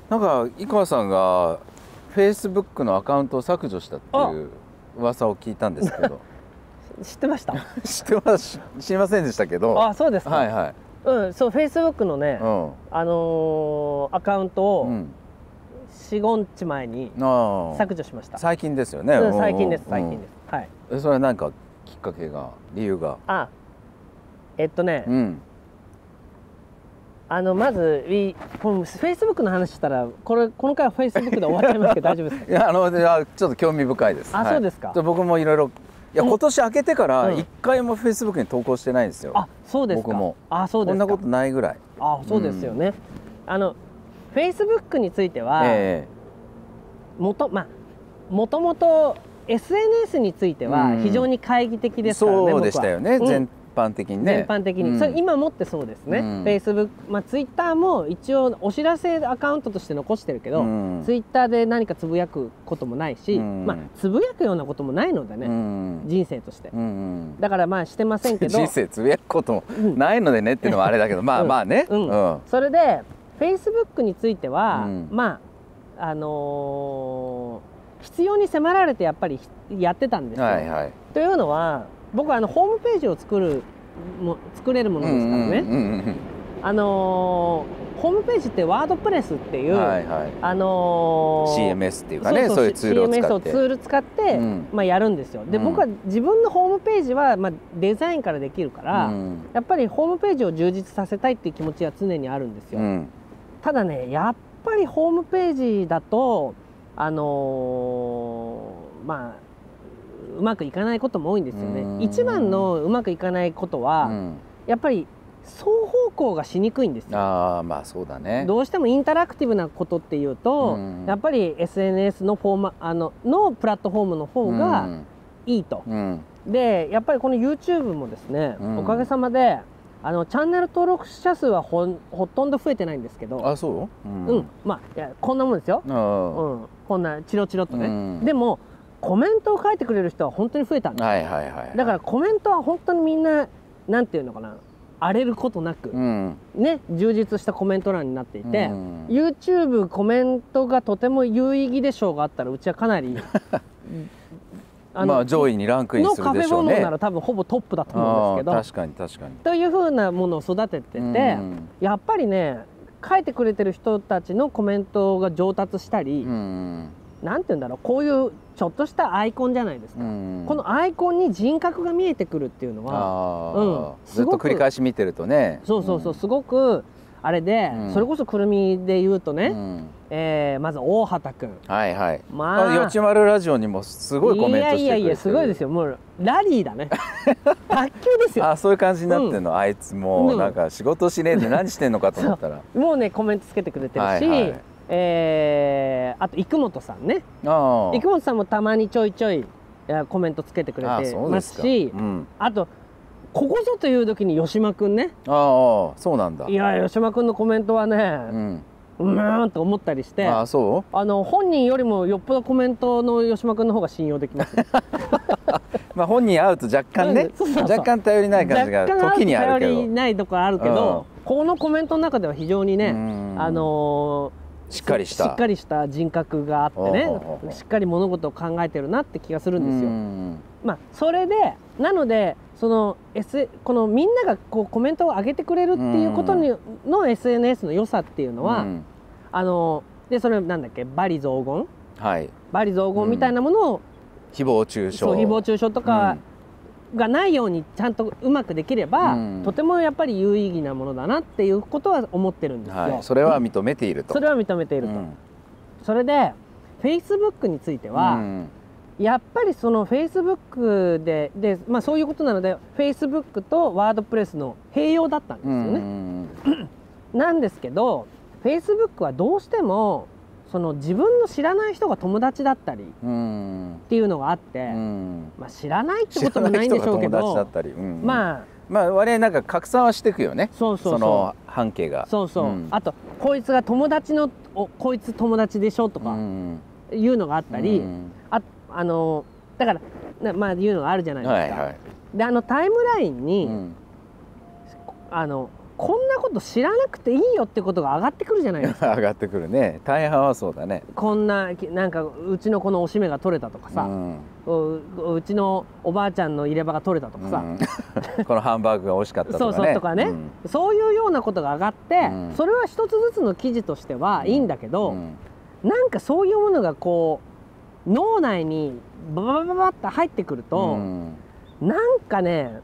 なんか井川さんがフェイスブックのアカウントを削除したっていう噂を聞いたんですけど知ってました？ 知りませんでしたけど。 あ、そうですか。 はいはい。 うん、そう、フェイスブックのね、 うん、 アカウントをうん 4、5日前に削除しました。 最近ですよね。 うん、最近です、最近です。はい。 それは何かきっかけが、理由が。 あ、 うん、 まずこのフェイスブックの話したらこの回はフェイスブックで終わっちゃいますけど大丈夫ですか？ いやちょっと興味深いです。 あ、 はい、 そうですか。 僕もいろいろ今年明けてからうん一回もフェイスブックに投稿してないんですよ。 あ、そうですか。 僕も。 あ、そうですか。 こんなことないぐらい。 あ、そうですよね。フェイスブックについては、もともと SNS については非常に懐疑的ですからね。 そうでしたよね。 僕は全般的にね。 全般的に、それ今もってそうですね。Facebook、ツイッターも一応お知らせアカウントとして残してるけど、ツイッターで何かつぶやくこともないし、つぶやくようなこともないのでね、人生として。だからしてませんけど、 人生つぶやくこともないのでねっていうのはあれだけど、まあね。 それで Facebook については、必要に迫られてやっぱりやってたんですよ。というのは、僕はホームページを作れるものですからね。ホームページってワードプレスっていう CMS っていうかね、そういうツールを使って CMS をツール使ってやるんですよ。で、僕は自分のホームページはデザインからできるから、やっぱりホームページを充実させたいっていう気持ちは常にあるんですよ。ただね、やっぱりホームページだとうまくいかないことも多いんですよね。一番のうまくいかないことは、やっぱり双方向がしにくいんですよ。 そうだね。 どうしてもインタラクティブなことっていうと、やっぱり SNS ののプラットフォームの方がいいと。で、やっぱりこの YouTube もですね、おかげさまでチャンネル登録者数はほとんど増えてないんですけど。 あ、そう？ いや、こんなもんですよ。こんなチロチロっとね。でもコメントを書いてくれる人は本当に増えたんです。だからコメントは本当にみんな、なんていうのかな、荒れることなく、ね、充実したコメント欄になっていて、YouTube コメントがとても有意義でしょうがあったら、うちはかなり上位にランクインするでしょうね。 のカフェボノなら多分ほぼトップだと思うんですけど、確かにというふうなものを育ててて、やっぱりね、書いてくれてる人たちのコメントが上達したり、なんていうんだろう、こういうちょっとしたアイコンじゃないですか。このアイコンに人格が見えてくるっていうのは、 ずっと繰り返し見てるとね。 そうすごくあれで、それこそくるみで言うとね、まず大畑君、よちまるラジオにもすごいコメントしてくれてる。 いやすごいですよ。もうラリーだね。卓球ですよ。 そういう感じになってんの。あいつもうなんか仕事しねえで何してんのかと思ったらもうね、コメントつけてくれてるし、あと生本さんね。生本さんもたまにちょいちょいコメントつけてくれてますし、あとここぞという時に吉間くんね。 そうなんだ。 いや、吉間くんのコメントはね、と思ったりして、本人よりもよっぽどコメントの吉間くんの方が信用できます。 本人会うと若干ね、若干頼りない感じが時にあるけど、 頼りないところあるけど、このコメントの中では非常にね、 しっかりした人格があってね、しっかり物事を考えてるなって気がするんですよ。それで、なのでこのみんながこうコメントを上げてくれるっていうことの SNS の良さっていうのは、でそれなんだっけ、罵詈雑言、罵詈雑言みたいなものを、 誹謗中傷とかがないようにちゃんとうまくできれば、とてもやっぱり有意義なものだなっていうことは思ってるんですよ。 それは認めていると。 それは認めていると。それで Facebook については、やっぱりその Facebook でそういうことなので Facebook とワードプレスの併用だったんですよね。なんですけど Facebook はどうしてもその自分の知らない人が友達だったりっていうのがあって、知らないってこともないんでしょうけど、我 々なんか拡散はしていくよね。その半径が。あとこいつが友達のこいつ友達でしょとかいうのがあったり、だからいうのがあるじゃないですか。でタイムラインにこんなこと知らなくていいよってことが上がってくるじゃないですか。 上がってくるね。大半はそうだね。 こんななんかうちのこのおしめが取れたとかさ、うちのおばあちゃんの入れ歯が取れたとかさ、 このハンバーグが美味しかったとかね。 そうとかね、そういうようなことが上がって、それは一つずつの記事としてはいいんだけど、なんかそういうものがこう脳内にババババッと入ってくると、なんかね、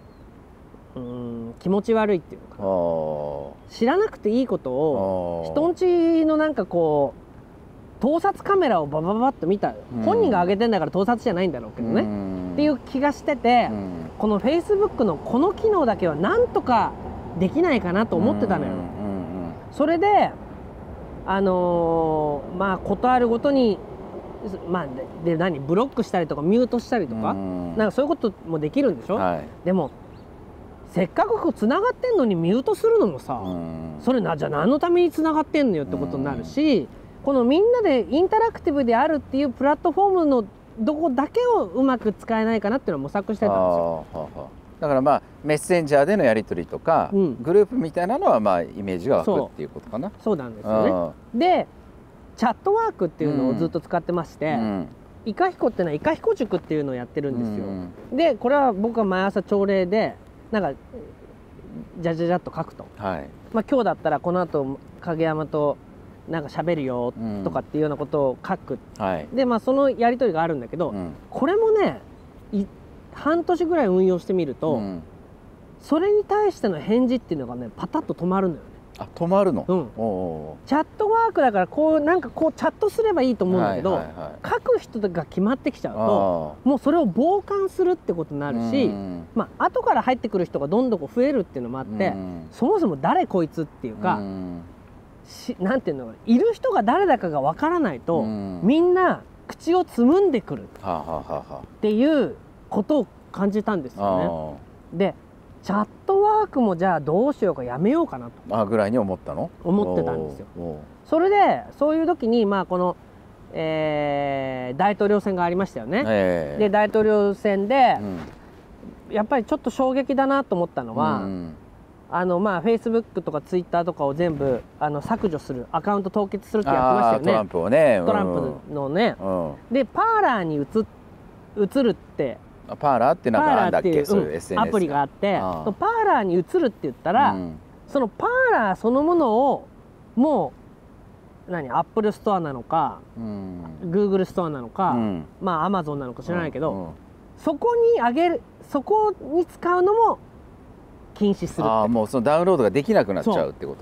気持ち悪いっていうのかな。知らなくていいことを人んちのなんかこう盗撮カメラをバババッと見た、本人が上げてんだから盗撮じゃないんだろうけどね、っていう気がしてて、この Facebook のこの機能だけはなんとかできないかなと思ってたのよ。それでまあことあるごとにまあでブロックしたりとかミュートしたりとか、なんかそういうこともできるんでしょ。でもせっかくつながってんのにミュートするのもさ、それじゃあ何のためにつながってんのよってことになるし、このみんなでインタラクティブであるっていうプラットフォームのどこだけをうまく使えないかなっていうのを模索してたんですよ。 だからまあメッセンジャーでのやり取りとか、グループみたいなのはまあイメージが湧くっていうことかな。 そうなんですよね。でチャットワークっていうのをずっと使ってまして、イカヒコっていうのはイカヒコ塾っていうのをやってるんですよ。でこれは僕は毎朝朝礼でなんかじゃじゃじゃっと書くと、まあ今日だったらこの後影山となんか喋るよとかっていうようなことを書く、でまあそのやり取りがあるんだけど、これもね半年ぐらい運用してみると、それに対しての返事っていうのがねパタッと止まるのよね。 止まるの。 チャットワークだからこうなんかこうチャットすればいいと思うんだけど、書く人が決まってきちゃうともうそれを傍観するってことになるし、まあ後から入ってくる人がどんどん増えるっていうのもあって、そもそも誰こいつっていうか、なんていうのかな、いる人が誰だかがわからないと、みんな口をつむんでくるっていうことを感じたんですよね。でチャットワークもじゃあどうしようかやめようかなとぐらいに思ったの？ 思ってたんですよ。それでそういう時にまあこの、大統領選がありましたよね。で大統領選で、やっぱりちょっと衝撃だなと思ったのは、まあ Facebook とか Twitter とかを全部削除する、アカウント凍結するってやってましたよね。 トランプをね。 トランプのね。でパーラーに移るってパーラーってなんかあんだっけ、そういう SNS アプリがあって、パーラーに移るって言ったら、そのパーラーそのものをもうアップルストアなのか、グーグルストアなのか、まあアマゾンなのか知らないけど、そこに使うのも禁止するって。 もうそのダウンロードができなくなっちゃうってこと。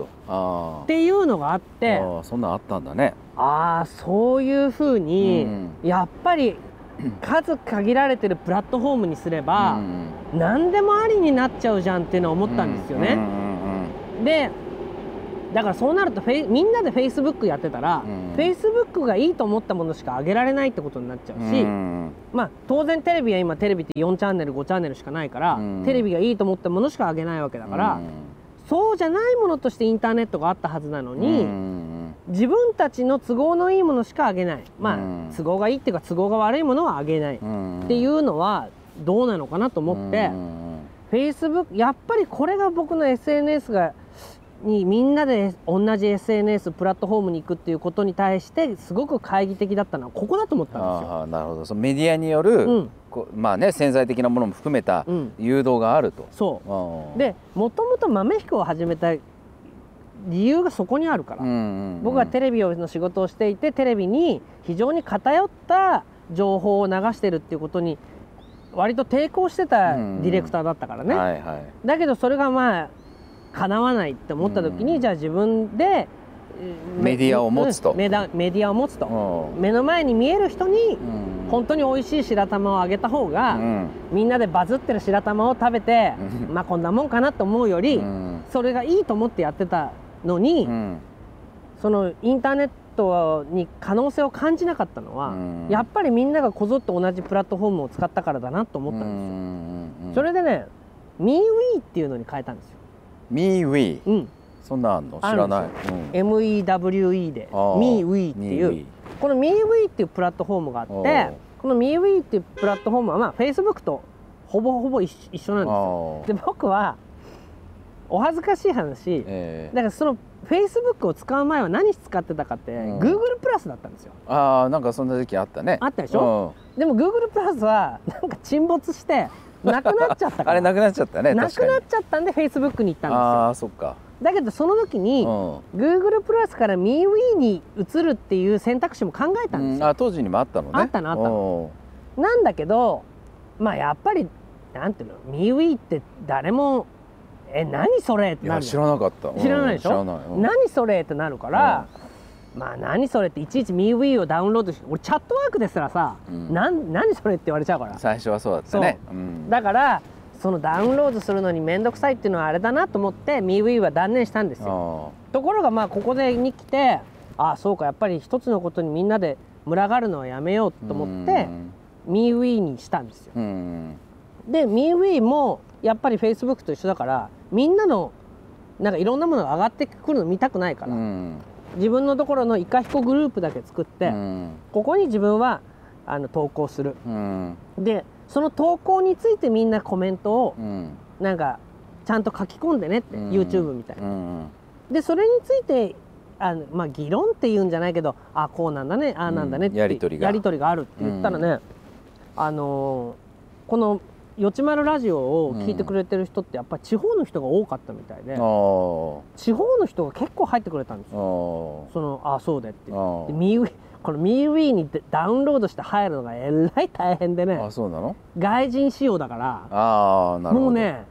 っていうのがあって、 そんなんあったんだね。 そういうふうに、やっぱり数限られてるプラットフォームにすれば、何でもありになっちゃうじゃんっていうのを思ったんですよね。でだからそうなるとみんなで Facebook やってたら、Facebook がいいと思ったものしか上げられないってことになっちゃうし、まあ当然テレビは今テレビって4チャンネル5チャンネルしかないから、テレビがいいと思ったものしか上げないわけだから、そうじゃないものとしてインターネットがあったはずなのに、自分たちの都合のいいものしか上げない、まあ都合がいいっていうか都合が悪いものは上げないっていうのはどうなのかなと思って、Facebook やっぱりこれが僕の SNS にみんなで同じ SNS プラットフォームに行くっていうことに対してすごく懐疑的だったのはここだと思ったんですよ。 なるほど。そのメディアによる、まあね、潜在的なものも含めた誘導があると。 そうでもともと豆彦を始めた理由がそこにあるから、僕はテレビの仕事をしていて、テレビに非常に偏った情報を流してるっていうことに割と抵抗してたディレクターだったからね。だけどそれがまあ叶わないって思った時に、じゃあ自分でメディアを持つと、 メディアを持つと、目の前に見える人に本当に美味しい白玉をあげた方が、みんなでバズってる白玉を食べて、まあこんなもんかなと思うより、それがいいと思ってやってたのに、そのインターネットに可能性を感じなかったのは、やっぱりみんながこぞって同じプラットフォームを使ったからだなと思ったんですよ。それでね MeWe っていうのに変えたんですよ。 MeWe、そんなあんの知らない。 MEWE で MeWe っていう、この MeWe っていうプラットフォームがあって、この MeWe っていうプラットフォームはまあ Facebook とほぼほぼ一緒なんですよ。で僕はお恥ずかしい話、だからそのフェイスブックを使う前は何使ってたかって、Google プラスだったんですよ。 ああ、なんかそんな時期あったね。 あったでしょ。でも Google プラスはなんか沈没してなくなっちゃったからあれなくなっちゃったね。 なくなっちゃったんで Facebook に行ったんですよ。 ああ、そっか。 だけどその時に Google プラスから MeWe に移るっていう選択肢も考えたんですよ。 あ、当時にもあったのね。 あったのあったの。なんだけど、まあやっぱりなんていうの、MeWe って誰も何それってなる。 知らなかった。 知らないでしょ。何それってなるから、まあ何それっていちいち MeWe をダウンロードして、俺チャットワークですらさ、何それって言われちゃうから。 最初はそうだったね。 だからそのダウンロードするのに面倒くさいっていうのはあれだなと思って MeWe は断念したんですよ。ところがまあここでに来て、ああそうか、やっぱり一つのことにみんなで群がるのはやめようと思ってMeWe にしたんですよ。で MeWe もやっぱり Facebook と一緒だから、みんなのなんかいろんなものが上がってくるの見たくないから、自分のところのイカヒコグループだけ作って、ここに自分は投稿する。でその投稿についてみんなコメントをなんかちゃんと書き込んでねって、YouTube みたいな。でそれについてまあ議論っていうんじゃないけど、あこうなんだね、ああなんだねってやり取りがあるって言ったらね、このよちまるラジオを聞いてくれてる人ってやっぱり地方の人が多かったみたいで、地方の人が結構入ってくれたんですよ。そうでってこの MeWe にダウンロードして入るのがえらい大変でね。 あ、そうなの。 外人仕様だから、もうね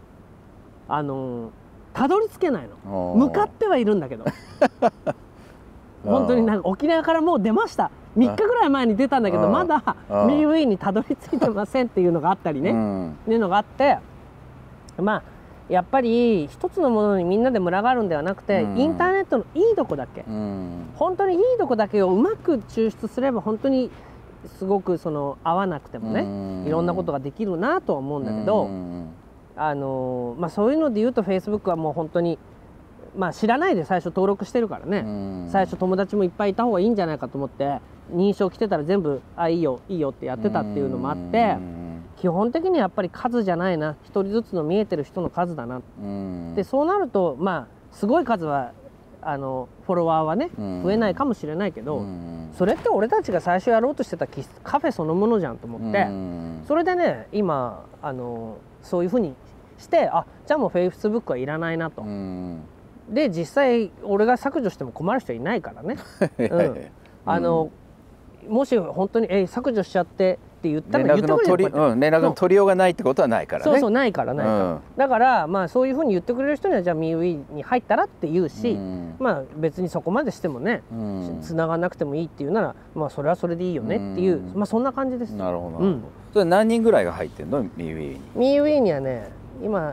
たどり着けないの。向かってはいるんだけど本当になんか沖縄からもう出ました、3日ぐらい前に出たんだけどまだ MeWe にたどり着いてませんっていうのがあったりね、っていうのがあって、まあやっぱり一つのものにみんなで群がるんではなくて、インターネットのいいとこだけ、本当にいいとこだけをうまく抽出すれば本当にすごく合わなくてもね、いろんなことができるなとは思うんだけど、まあそういうので言うと Facebook はもう本当にまあ知らないで最初登録してるからね、最初友達もいっぱいいた方がいいんじゃないかと思って認証来てたら全部いいよいいよってやってたっていうのもあって、基本的にやっぱり数じゃないな、一人ずつの見えてる人の数だな、でそうなるとまあすごい数はフォロワーはね増えないかもしれないけど、それって俺たちが最初やろうとしてたカフェそのものじゃんと思って、それでね今そういうふうにしてじゃあもう Facebook はいらないなと。で実際俺が削除しても困る人いないからねもし本当に削除しちゃってって言ったら言ってくれるよ。 連絡の取りようがないってことはないからね。 そうないからだからまあそういうふうに言ってくれる人にはじゃあ MeWe に入ったらって言うし、まあ別にそこまでしてもね繋がなくてもいいっていうならまあそれはそれでいいよねっていう、まあそんな感じです。 なるほど。それ何人ぐらいが入ってんの MeWe に。 MeWe にはね今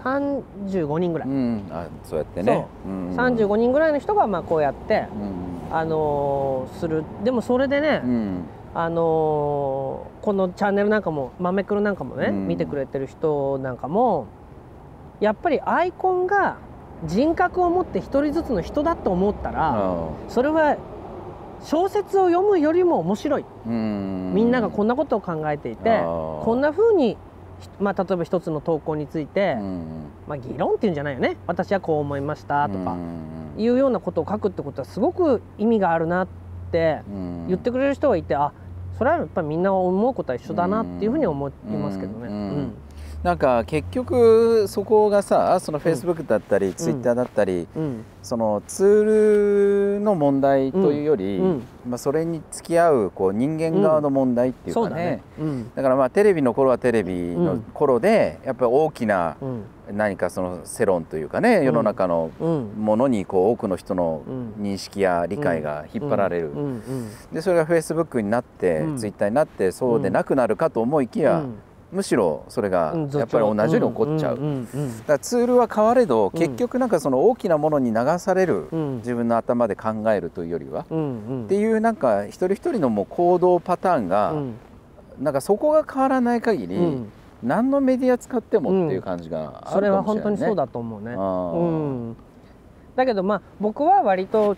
35人ぐらい、 そうやってね、 35人ぐらいの人がまあこうやって、する。でもそれでね、このチャンネルなんかもマメクロなんかもね、見てくれてる人なんかもやっぱりアイコンが人格を持って一人ずつの人だと思ったら、それは小説を読むよりも面白い。みんながこんなことを考えていて、こんな風にまあ例えば一つの投稿について、まあ議論っていうんじゃないよね、私はこう思いましたとかいうようなことを書くってことはすごく意味があるなって言ってくれる人がいて、それはやっぱりみんな思うことは一緒だなっていうふうに思いますけどね。 なんか結局そこがさ、その Facebook だったり Twitter だったり、そのツールの問題というより、まあそれに付き合う人間側の問題っていうかね。だからまあテレビの頃はテレビの頃でやっぱり大きな何かその世論というかね、世の中のものに多くの人の認識や理解が引っ張られる。でそれが Facebook になって Twitter になってそうでなくなるかと思いきや、むしろそれがやっぱり同じように起こっちゃう。だからツールは変われど結局なんかその大きなものに流される、自分の頭で考えるというよりはっていうなんか一人一人のもう行動パターンがなんかそこが変わらない限り何のメディア使ってもっていう感じがあるかもしれないね。それは本当にそうだと思うね。だけどまあ僕は割と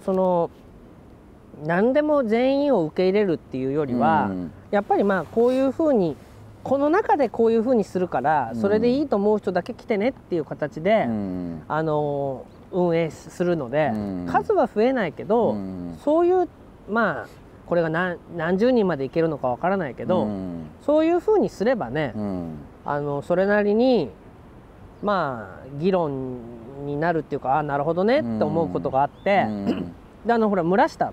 何でも全員を受け入れるっていうよりは、やっぱりまあこういうふうにこの中でこういうふうにするからそれでいいと思う人だけ来てねっていう形で、運営するので、数は増えないけど、そういうまあこれが何十人までいけるのかわからないけど、そういうふうにすればね、それなりにまあ議論になるっていうか、あ、なるほどねって思うことがあって、でほら村下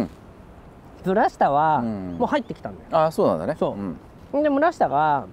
はもう入ってきたんだよ。 あ、そうなんだね。 そう、で村下が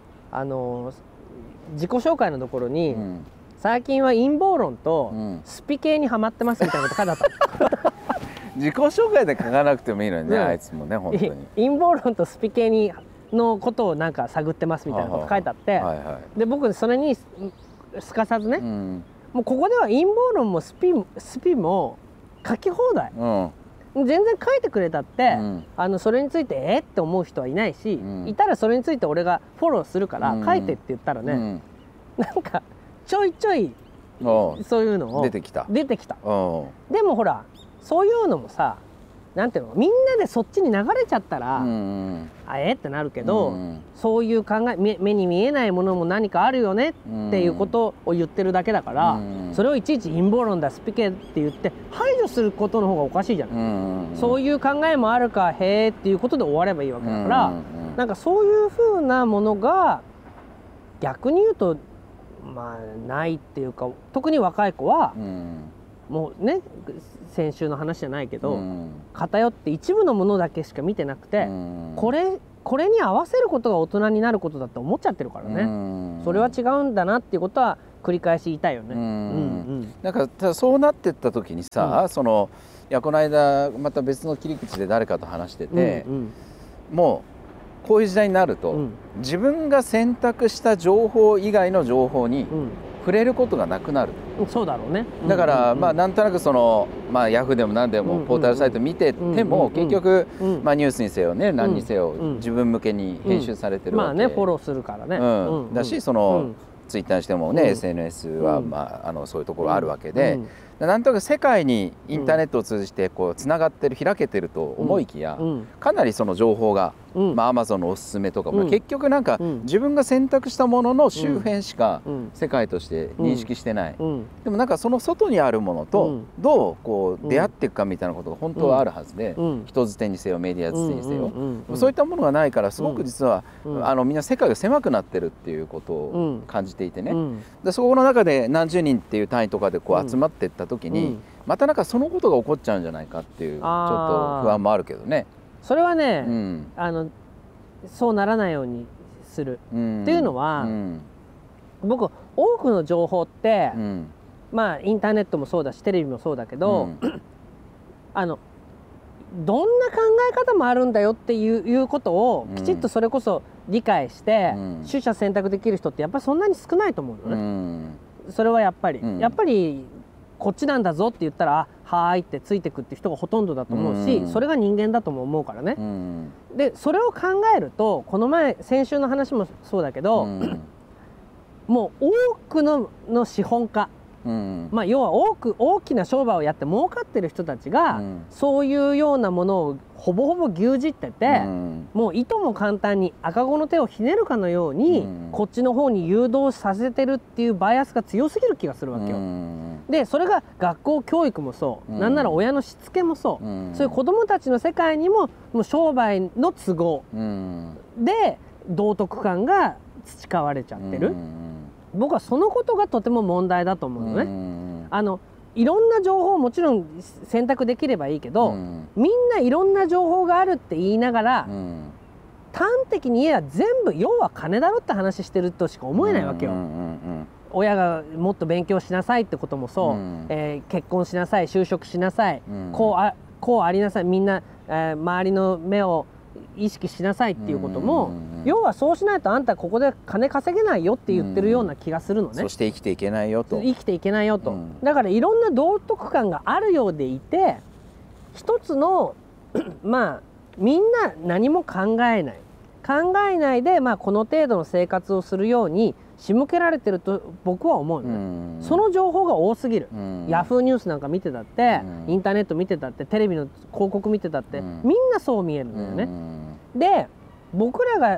自己紹介のところに、最近は陰謀論とスピ系にはまってますみたいなこと書いてあった自己紹介で書かなくてもいいのにね、あいつもね、本当に陰謀論とスピ系にのことをなんか探ってますみたいなこと書いてあって、で僕それにすかさずね、もうここでは陰謀論もスピも書き放題、全然書いてくれたって、それについてって思う人はいないし、いたらそれについて俺がフォローするから書いてって言ったらね、なんかちょいちょいそういうのを出てきた。 でもほらそういうのもさ、なんていうの、みんなでそっちに流れちゃったら、ってなるけど、そういう考え、目に見えないものも何かあるよねっていうことを言ってるだけだから、それをいちいち陰謀論だスピ系って言って排除することの方がおかしいじゃない、そういう考えもあるかへーっていうことで終わればいいわけだから、なんかそういうふうなものが逆に言うとまあないっていうか、特に若い子は、もうね、先週の話じゃないけど、偏って一部のものだけしか見てなくて、これに合わせることが大人になることだって思っちゃってるからね、それは違うんだなっていうことは繰り返し言いたいよね。 なんかただそうなってった時にさ、いやこの間また別の切り口で誰かと話してて、もうこういう時代になると、自分が選択した情報以外の情報に触れることがなくなる。 そうだろうね。 だからまあなんとなくヤフーでも何でもポータルサイト見てても結局まあニュースにせよね、何にせよ自分向けに編集されてるわけ。 まあね、フォローするからね。 だしツイッターにしてもね、SNS はまあそういうところあるわけで、なんとなく世界にインターネットを通じてこうつながってる、開けてると思いきや、かなりその情報がまあ Amazon のおすすめとかも結局なんか自分が選択したものの周辺しか世界として認識してない、でもなんかその外にあるものとどうこう出会っていくかみたいなことが本当はあるはずで、人づてにせよメディアづてにせよ、そういったものがないからすごく実はみんな世界が狭くなってるっていうことを感じていてね、でそこの中で何十人っていう単位とかでこう集まっていった時に、またなんかそのことが起こっちゃうんじゃないかっていうちょっと不安もあるけどね。 それはね、そうならないようにするっていうのは、僕多くの情報って、まあインターネットもそうだしテレビもそうだけど、どんな考え方もあるんだよっていうことをきちっとそれこそ理解して、取捨選択できる人ってやっぱりそんなに少ないと思うのね。それはやっぱりこっちなんだぞって言ったら「はーい」ってついてくって人がほとんどだと思うし、それが人間だとも思うからね。でそれを考えると、この先週の話もそうだけど、もう多くの資本家、まあ要は大きな商売をやって儲かってる人たちが、そういうようなものをほぼほぼ牛耳ってて、もういとも簡単に赤子の手をひねるかのように、こっちの方に誘導させてるっていうバイアスが強すぎる気がするわけよ。でそれが学校教育もそう、なんなら親のしつけもそう、そういう子どもたちの世界にも商売の都合で道徳観が培われちゃってる。僕はそのことがとても問題だと思うのね。いろんな情報をもちろん選択できればいいけど、みんないろんな情報があるって言いながら、端的に言えば全部要は金だろって話してるとしか思えないわけよ。親がもっと勉強しなさいってこともそう、結婚しなさい、就職しなさい、こうありなさい、みんな、周りの目を意識しなさいっていうことも、要はそうしないとあんたここで金稼げないよって言ってるような気がするのね。 そして生きていけないよと。 生きていけないよと、だからいろんな道徳観があるようでいて、一つのまあみんな何も考えないで、まあこの程度の生活をするように仕向けられてると僕は思うのね。その情報が多すぎる。ヤフーニュースなんか見てたって、インターネット見てたって、テレビの広告見てたって、みんなそう見えるんだよね。で僕らが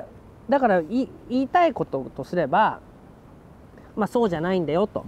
だから言いたいこととすれば、まあそうじゃないんだよと、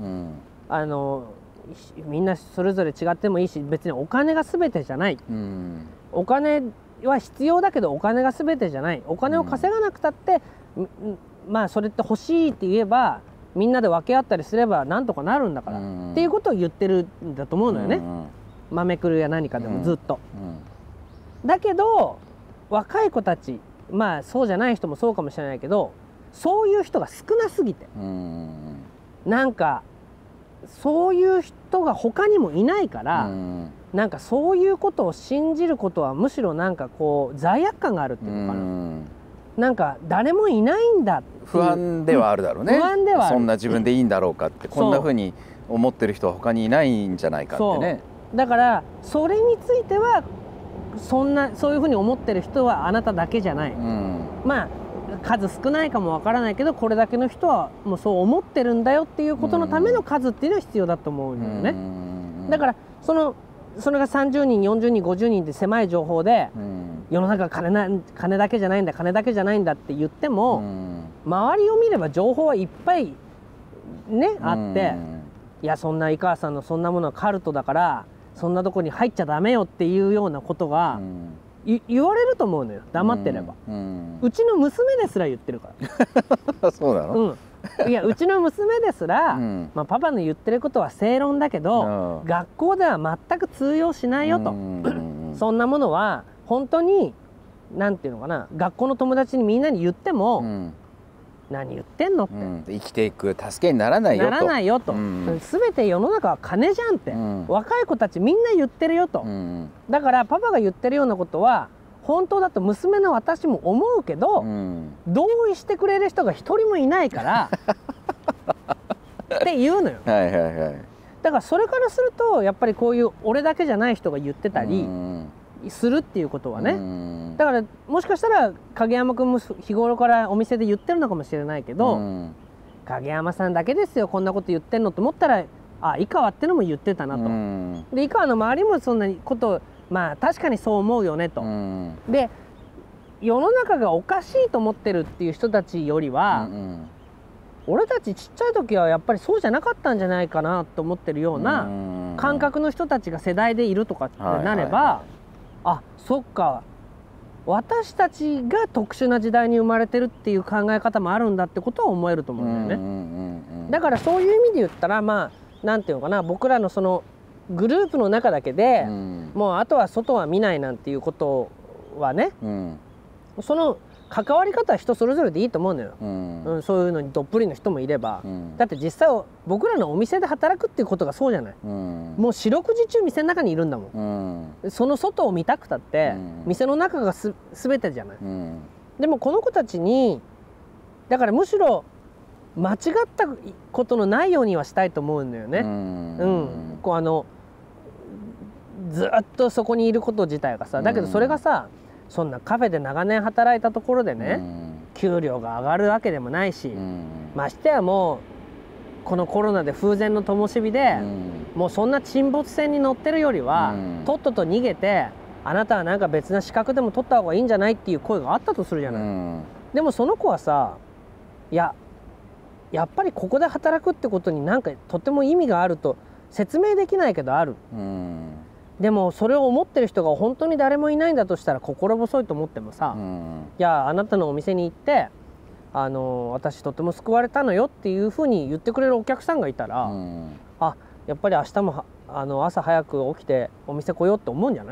みんなそれぞれ違ってもいいし、別にお金が全てじゃない、お金は必要だけどお金が全てじゃない、お金を稼がなくたって、まあそれって欲しいって言えばみんなで分け合ったりすればなんとかなるんだから、っていうことを言ってるんだと思うのよね、豆くるや何かでもずっと、だけど若い子たち、まあそうじゃない人もそうかもしれないけど、そういう人が少なすぎて、なんかそういう人が他にもいないから、なんかそういうことを信じることはむしろなんかこう罪悪感があるっていうのかな、なんか誰もいないんだっていう不安ではあるだろうね、 不安ではある、 そんな自分でいいんだろうかって、こんなふうに思ってる人は他にいないんじゃないかってね。 だからそれについてはそういうふうに思ってる人はあなただけじゃない、まあ数少ないかもわからないけど、これだけの人はもうそう思ってるんだよっていうことのための数っていうのは必要だと思うんだよね。だからそれが30人40人50人って狭い情報で、世の中金だけじゃないんだ金だけじゃないんだって言っても、周りを見れば情報はいっぱいねあって、いやそんな井川さんのそんなものはカルトだからそんなとこに入っちゃダメよっていうようなことが、言われると思うのよ、黙ってれば、うちの娘ですら言ってるからそうなの、 いやうちの娘ですら、まあ、パパの言ってることは正論だけど、学校では全く通用しないよと、そんなものは本当になんていうのかな、学校の友達にみんなに言っても、何言ってんのって、 生きていく助けにならないよと、 全て世の中は金じゃんって、若い子たちみんな言ってるよと、だからパパが言ってるようなことは本当だと娘の私も思うけど、同意してくれる人が一人もいないからって言うのよ。だからそれからするとやっぱりこういう俺だけじゃない人が言ってたりするっていうことはね、だからもしかしたら影山君も日頃からお店で言ってるのかもしれないけど、影山さんだけですよこんなこと言ってんのと思ったら、あ、井川ってのも言ってたなと、で井川の周りもそんなことまあ確かにそう思うよねと、で世の中がおかしいと思ってるっていう人たちよりは、俺たちちっちゃい時はやっぱりそうじゃなかったんじゃないかなと思ってるような感覚の人たちが世代でいるとかってなれば、あ、そっか私たちが特殊な時代に生まれてるっていう考え方もあるんだってことは思えると思うんだよね。だからそういう意味で言ったら、まあなんていうのかな、僕らのそのグループの中だけで、もうあとは外は見ないなんていうことはね、その関わり方は人それぞれでいいと思うのよ、そういうのにどっぷりの人もいれば、だって実際僕らのお店で働くっていうことがそうじゃない、もう四六時中店の中にいるんだもん、その外を見たくたって、店の中が全てじゃない、でもこの子たちにだからむしろ間違ったことのないようにはしたいと思うんだよね。こうずっとそこにいること自体がさ、だけどそれがさ、そんなカフェで長年働いたところでね、給料が上がるわけでもないし、ましてやもうこのコロナで風前の灯火で、もうそんな沈没船に乗ってるよりは、とっとと逃げてあなたはなんか別な資格でも取った方がいいんじゃないっていう声があったとするじゃない、でもその子はさ、やっぱりここで働くってことになんかとても意味があると説明できないけどある、でもそれを思ってる人が本当に誰もいないんだとしたら心細いと思ってもさ、いやあなたのお店に行って私とても救われたのよっていうふうに言ってくれるお客さんがいたら、あ、やっぱり明日も朝早く起きてお店来ようって思うんじゃない、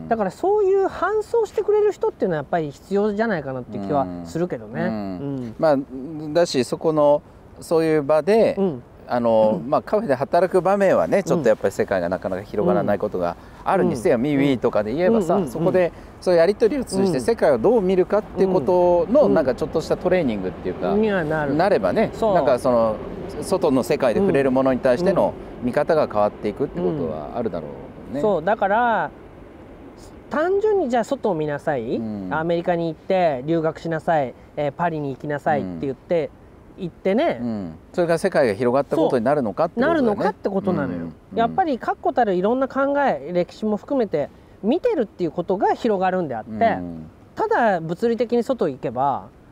だからそういう搬送してくれる人っていうのはやっぱり必要じゃないかなっていう気はするけどね。 まあだしそこのそういう場で、まあ、カフェで働く場面はねちょっとやっぱり世界がなかなか広がらないことがあるにせよ、ミーウィーとかで言えばさ、そこでそういうやり取りを通じて世界をどう見るかっていうことのなんかちょっとしたトレーニングっていうか、なればね、なんかその外の世界で触れるものに対しての見方が変わっていくってことはあるだろうね。 そうだから単純にじゃあ外を見なさい、アメリカに行って留学しなさい、パリに行きなさいって言って行ってね、 それが世界が広がったことになるのかってことだよね。 なるのかってことなのよ。やっぱり確固たるいろんな考え歴史も含めて見てるっていうことが広がるんであって、ただ物理的に外行けば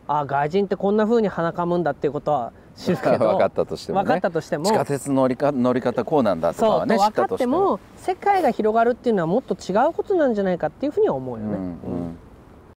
外人ってこんな風に鼻かむんだっていうことは知るけど分かったとしても、ね、 分かったとしても地下鉄の乗り方こうなんだとかはね、 分かっても世界が広がるっていうのはもっと違うことなんじゃないかっていうふうには思うよね。